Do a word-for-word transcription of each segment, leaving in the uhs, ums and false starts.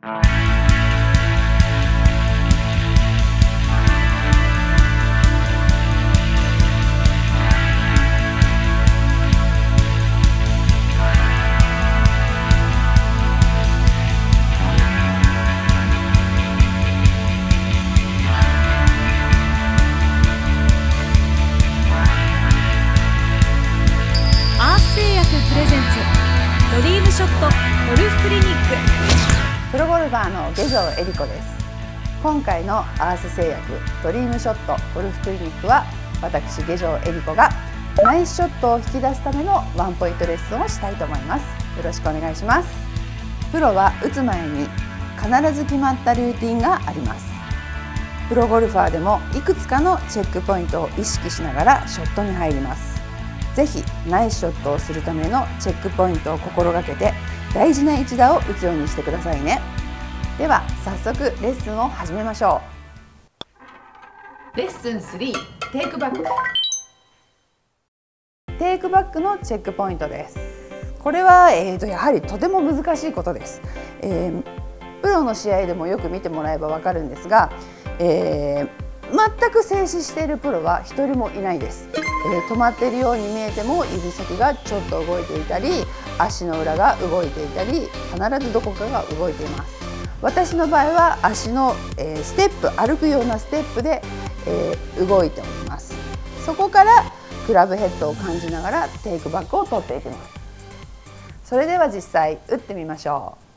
ドリームショットゴルフクリニック。 プロゴルファーの下條恵理子です。今回のアース製薬ドリームショットゴルフクリニックは、私下條恵理子がナイスショットを引き出すためのワンポイントレッスンをしたいと思います。よろしくお願いします。プロは打つ前に必ず決まったルーティンがあります。プロゴルファーでもいくつかのチェックポイントを意識しながらショットに入ります。ぜひナイスショットをするためのチェックポイントを心がけて、大事な一打を打つようにしてくださいね。では早速レッスンを始めましょう。レッスンスリー、テイクバック。テイクバックのチェックポイントです。これは、えーと、やはりとても難しいことです。えー、プロの試合でもよく見てもらえばわかるんですが、えー全く静止しているプロは一人もいないです。えー、止まっているように見えても指先がちょっと動いていたり、足の裏が動いていたり、必ずどこかが動いています。私の場合は足の、えー、ステップ、歩くようなステップで、えー、動いております。そこからクラブヘッドを感じながらテイクバックを取っていきます。それでは実際打ってみましょう。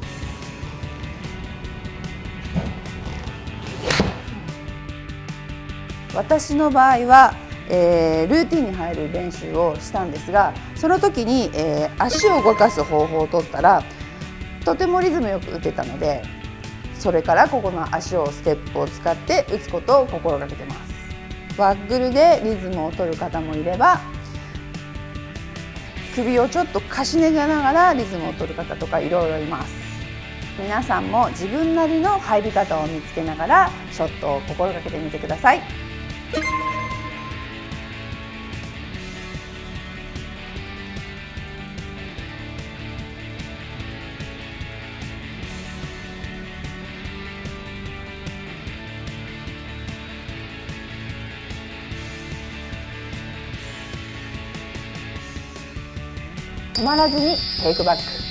私の場合は、えー、ルーティンに入る練習をしたんですが、その時に、えー、足を動かす方法を取ったらとてもリズムよく打てたので、それからここの足をステップを使って打つことを心がけてます。ワッグルでリズムを取る方もいれば、首をちょっとかしげながらリズムを取る方とかいろいろいます。皆さんも自分なりの入り方を見つけながらショットを心がけてみてください。止まらずにテイクバック。